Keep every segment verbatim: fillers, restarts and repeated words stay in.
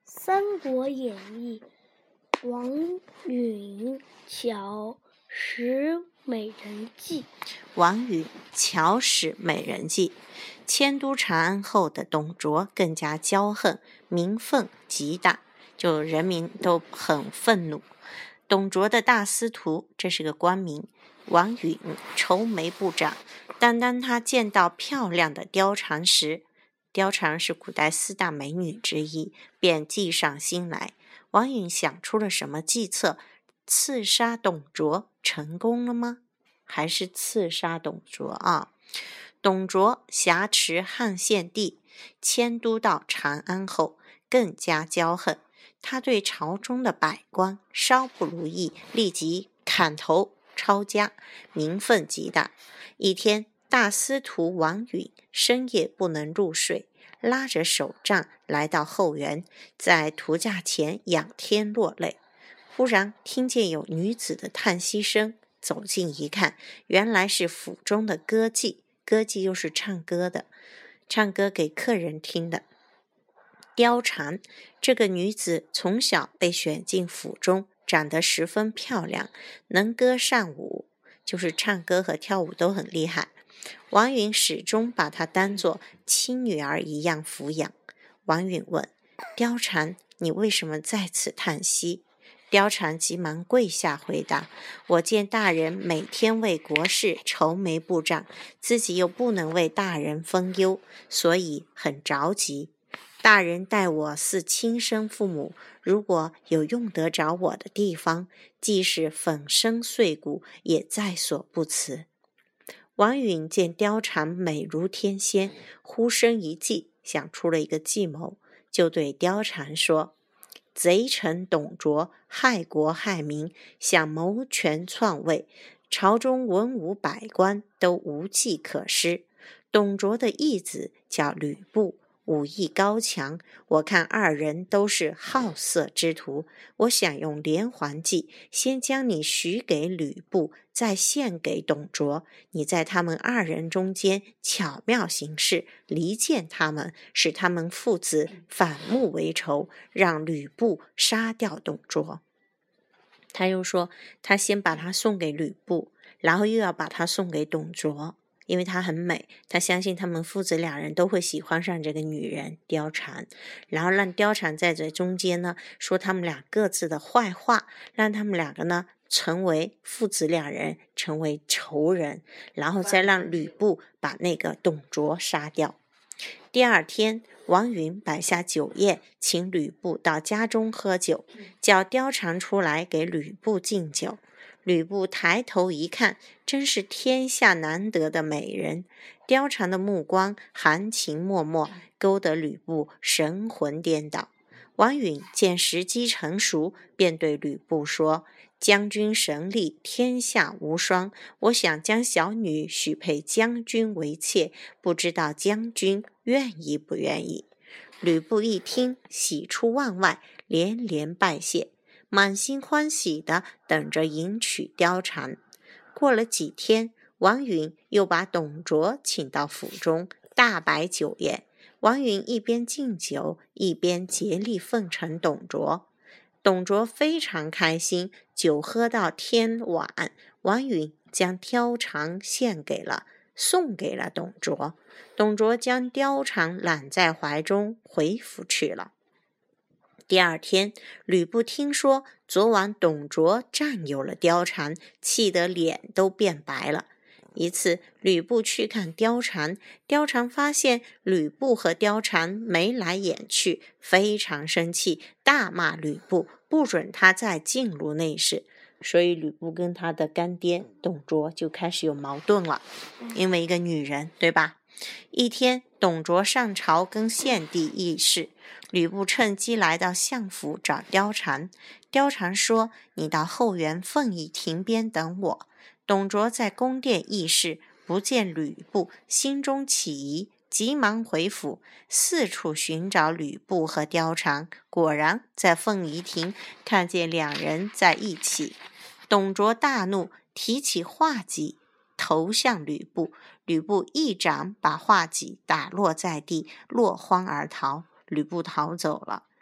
三国演义》王允巧使美人计。 王允巧使美人计。迁都长安后的董卓更加骄横，民愤极大，就人民都很愤怒。董卓的大司徒，这是个官名，王允愁眉不展，但当他见到漂亮的貂蝉时，貂蝉是古代四大美女之一，便计上心来。王允想出了什么计策？刺杀董卓成功了吗？还是刺杀董卓啊？董卓挟持汉献帝，迁都到长安后，更加骄横。他对朝中的百官稍不如意，立即砍头抄家，民愤极大。一天，大司徒王允深夜不能入睡，拉着手杖来到后园，在图架前仰天落泪。忽然听见有女子的叹息声，走近一看，原来是府中的歌妓，歌妓又是唱歌的，唱歌给客人听的。貂蝉这个女子从小被选进府中，长得十分漂亮，能歌善舞，就是唱歌和跳舞都很厉害。王允始终把她当作亲女儿一样抚养。王允问貂蝉，你为什么在此叹息？貂蝉急忙跪下回答，我见大人每天为国事愁眉不展，自己又不能为大人分忧，所以很着急。大人待我似亲生父母，如果有用得着我的地方，即使粉身碎骨也在所不辞。王允见貂蝉美如天仙，忽生一计，想出了一个计谋，就对貂蝉说，贼臣董卓害国害民，想谋权篡位，朝中文武百官都无计可施。董卓的义子叫吕布，武艺高强，我看二人都是好色之徒，我想用连环计，先将你许给吕布，再献给董卓，你在他们二人中间巧妙行事，离间他们，使他们父子反目为仇，让吕布杀掉董卓。他又说，他先把他送给吕布，然后又要把他送给董卓，因为她很美，他相信他们父子两人都会喜欢上这个女人貂蝉，然后让貂蝉在这中间呢说他们俩各自的坏话，让他们两个呢成为父子两人，成为仇人，然后再让吕布把那个董卓杀掉。第二天，王允摆下酒宴，请吕布到家中喝酒，叫貂蝉出来给吕布敬酒。吕布抬头一看，真是天下难得的美人。貂蝉的目光含情脉脉，勾得吕布神魂颠倒。王允见时机成熟，便对吕布说，将军神力，天下无双，我想将小女许配将军为妾，不知道将军愿意不愿意？吕布一听，喜出望外，连连拜谢，满心欢喜地等着迎娶貂蝉。过了几天，王允又把董卓请到府中，大摆酒宴。王允一边敬酒，一边竭力奉承董卓。董卓非常开心，酒喝到天晚，王允将貂蝉献给了送给了董卓。董卓将貂蝉揽在怀中，回府去了。第二天，吕布听说昨晚董卓占有了貂蝉，气得脸都变白了。一次，吕布去看貂蝉，貂蝉发现吕布和貂蝉眉来眼去，非常生气，大骂吕布，不准他再进入内室。所以吕布跟他的干爹董卓就开始有矛盾了，因为一个女人，对吧？一天，董卓上朝跟献帝议事，吕布趁机来到相府找貂蝉。貂蝉说，你到后园凤仪亭边等我。董卓在宫殿议事，不见吕布，心中起疑，急忙回府，四处寻找吕布和貂蝉，果然在凤仪亭看见两人在一起。董卓大怒，提起画戟投向吕布，吕布一掌把画戟打落在地，落荒而逃。吕布逃走了。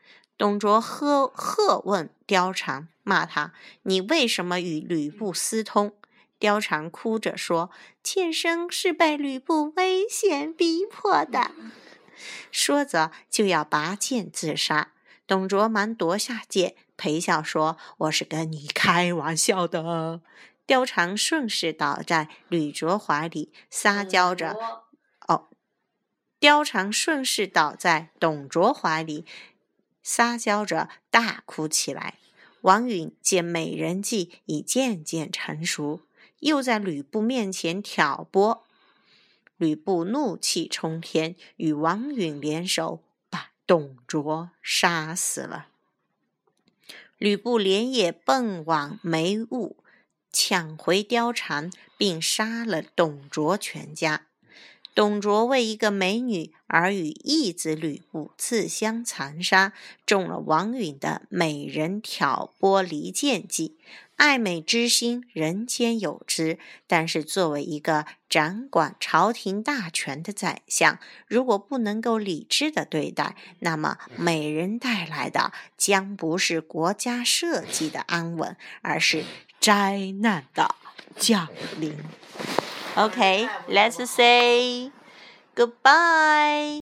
董卓喝喝问貂蝉，骂他：你为什么与吕布私通？貂蝉哭着说：妾身是被吕布危险逼迫的。说着就要拔剑自杀，董卓忙夺下剑，陪笑说：我是跟你开玩笑的。貂蝉顺势倒在吕卓怀里，撒娇着哦，貂蝉顺势倒在董卓怀里，撒娇着大哭起来。王允见美人计已渐渐成熟，又在吕布面前挑拨，吕布怒气冲天，与王允联手把董卓杀死了。吕布连夜奔往梅坞，抢回貂蝉，并杀了董卓全家。董卓为一个美女而与义子吕布自相残杀，中了王允的美人挑拨离间计。爱美之心人间有之，但是作为一个掌管朝廷大权的宰相，如果不能够理智的对待，那么美人带来的将不是国家社稷的安稳，而是灾难的降临。Okay, let's say goodbye.